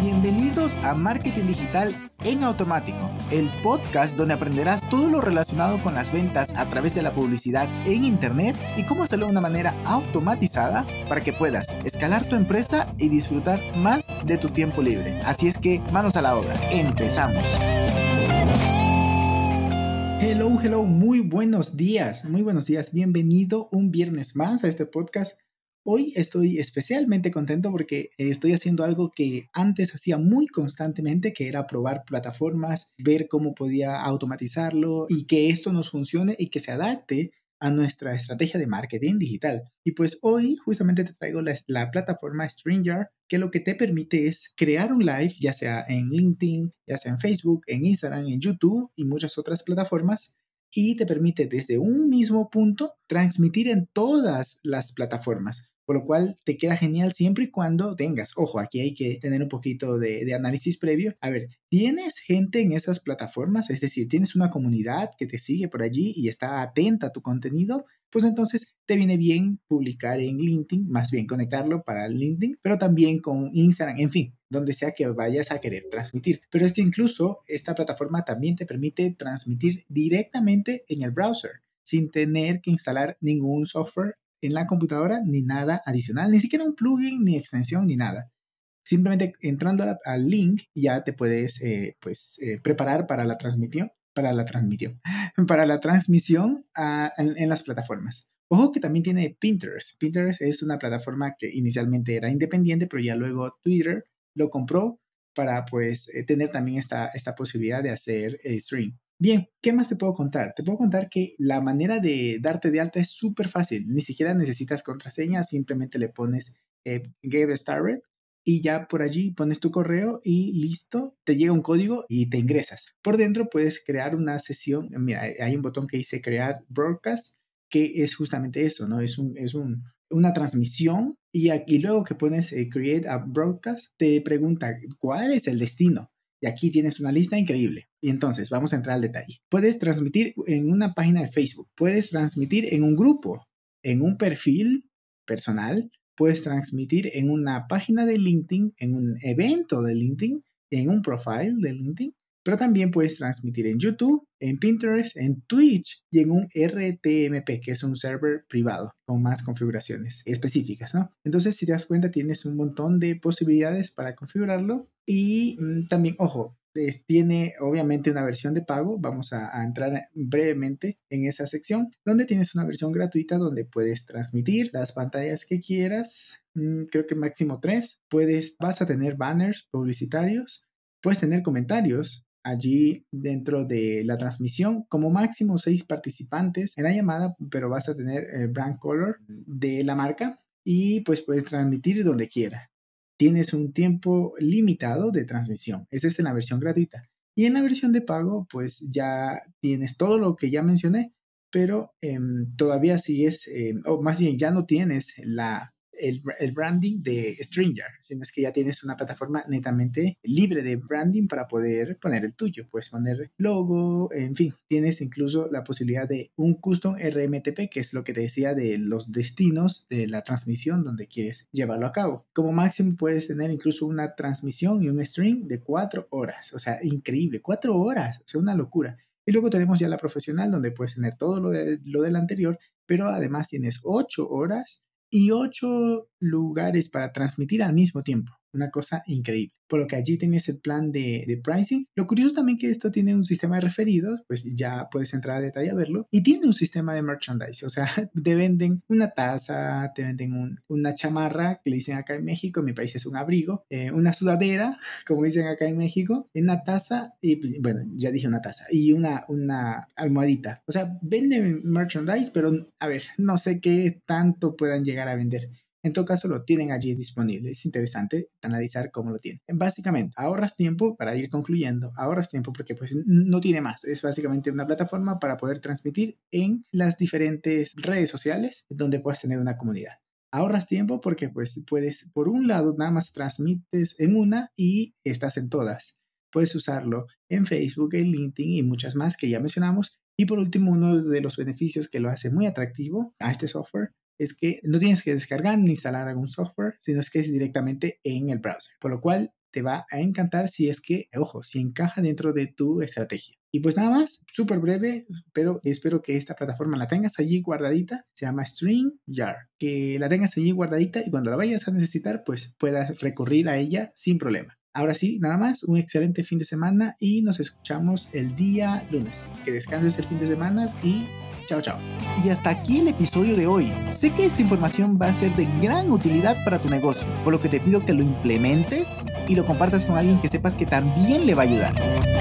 Bienvenidos a Marketing Digital en Automático, el podcast donde aprenderás todo lo relacionado con las ventas a través de la publicidad en Internet y cómo hacerlo de una manera automatizada para que puedas escalar tu empresa y disfrutar más de tu tiempo libre. Así es que, manos a la obra, empezamos. Hello, muy buenos días, bienvenido un viernes más a este podcast. Hoy estoy especialmente contento porque estoy haciendo algo que antes hacía muy constantemente, que era probar plataformas, ver cómo podía automatizarlo y que esto nos funcione y que se adapte a nuestra estrategia de marketing digital. Y pues hoy justamente te traigo la plataforma StreamYard, que lo que te permite es crear un live, ya sea en LinkedIn, ya sea en Facebook, en Instagram, en YouTube y muchas otras plataformas, y te permite desde un mismo punto transmitir en todas las plataformas. Por lo cual te queda genial siempre y cuando tengas, ojo, aquí hay que tener un poquito de análisis previo. A ver, ¿tienes gente en esas plataformas? Es decir, ¿tienes una comunidad que te sigue por allí y está atenta a tu contenido? Pues entonces te viene bien publicar en LinkedIn, más bien conectarlo para LinkedIn, pero también con Instagram, en fin, donde sea que vayas a querer transmitir. Pero es que incluso esta plataforma también te permite transmitir directamente en el browser, sin tener que instalar ningún software en la computadora ni nada adicional, ni siquiera un plugin, ni extensión, ni nada. Simplemente entrando al link ya te puedes preparar para la transmisión, para la transmisión en las plataformas. Ojo que también tiene Pinterest. Pinterest es una plataforma que inicialmente era independiente, pero ya luego Twitter lo compró para tener también esta posibilidad de hacer stream. Bien, ¿qué más te puedo contar? Te puedo contar que la manera de darte de alta es súper fácil. Ni siquiera necesitas contraseña, simplemente le pones Get Started y ya por allí pones tu correo y listo, te llega un código y te ingresas. Por dentro puedes crear una sesión. Mira, hay un botón que dice Crear Broadcast, que es justamente eso, ¿no? Es una transmisión y aquí luego que pones Create a Broadcast, te pregunta cuál es el destino. Y aquí tienes una lista increíble. Y entonces vamos a entrar al detalle. Puedes transmitir en una página de Facebook, puedes transmitir en un grupo, en un perfil personal, puedes transmitir en una página de LinkedIn, en un evento de LinkedIn, en un profile de LinkedIn, pero también puedes transmitir en YouTube, en Pinterest, en Twitch y en un RTMP, que es un server privado con más configuraciones específicas, ¿no? Entonces, si te das cuenta, tienes un montón de posibilidades para configurarlo y también, ojo, tiene obviamente una versión de pago. Vamos a entrar brevemente en esa sección donde tienes una versión gratuita donde puedes transmitir las pantallas que quieras. Creo que máximo 3. Vas a tener banners publicitarios, puedes tener comentarios allí dentro de la transmisión, como máximo 6 participantes en la llamada, pero vas a tener brand color de la marca y pues puedes transmitir donde quiera. Tienes un tiempo limitado de transmisión. Esa es en la versión gratuita. Y en la versión de pago, pues ya tienes todo lo que ya mencioné, pero todavía sigues, o más bien ya no tienes el branding de StreamYard, sino es que ya tienes una plataforma netamente libre de branding para poder poner el tuyo. Puedes poner logo, en fin, tienes incluso la posibilidad de un custom RMTP, que es lo que te decía de los destinos de la transmisión donde quieres llevarlo a cabo. Como máximo puedes tener incluso una transmisión y un stream de 4 horas, o sea, increíble, 4 horas, o sea, una locura. Y luego tenemos ya la profesional, donde puedes tener todo lo del anterior, pero además tienes 8 horas y 8 lugares para transmitir al mismo tiempo. Una cosa increíble. Por lo que allí tienes el plan de pricing. Lo curioso también que esto tiene un sistema de referidos, pues ya puedes entrar a detalle a verlo. Y tiene un sistema de merchandise, o sea, te venden una taza, te venden una chamarra, que le dicen acá en México, en mi país es un abrigo, una sudadera, como dicen acá en México, una taza, y bueno, ya dije una taza, y una almohadita. O sea, venden merchandise, pero a ver, no sé qué tanto puedan llegar a vender. En todo caso, lo tienen allí disponible. Es interesante analizar cómo lo tienen. Básicamente, ahorras tiempo, para ir concluyendo, ahorras tiempo porque pues no tiene más. Es básicamente una plataforma para poder transmitir en las diferentes redes sociales donde puedes tener una comunidad. Ahorras tiempo porque pues puedes, por un lado, nada más transmites en una y estás en todas. Puedes usarlo en Facebook, en LinkedIn y muchas más que ya mencionamos. Y por último, uno de los beneficios que lo hace muy atractivo a este software es que no tienes que descargar ni instalar algún software, sino es que es directamente en el browser. Por lo cual, te va a encantar si es que, ojo, si encaja dentro de tu estrategia. Y pues nada más, súper breve, pero espero que esta plataforma la tengas allí guardadita. Se llama StreamYard. Que la tengas allí guardadita y cuando la vayas a necesitar, pues puedas recurrir a ella sin problema. Ahora sí, nada más, un excelente fin de semana y nos escuchamos el día lunes. Que descanses el fin de semana y chao, chao. Y hasta aquí el episodio de hoy. Sé que esta información va a ser de gran utilidad para tu negocio, por lo que te pido que lo implementes y lo compartas con alguien que sepas que también le va a ayudar.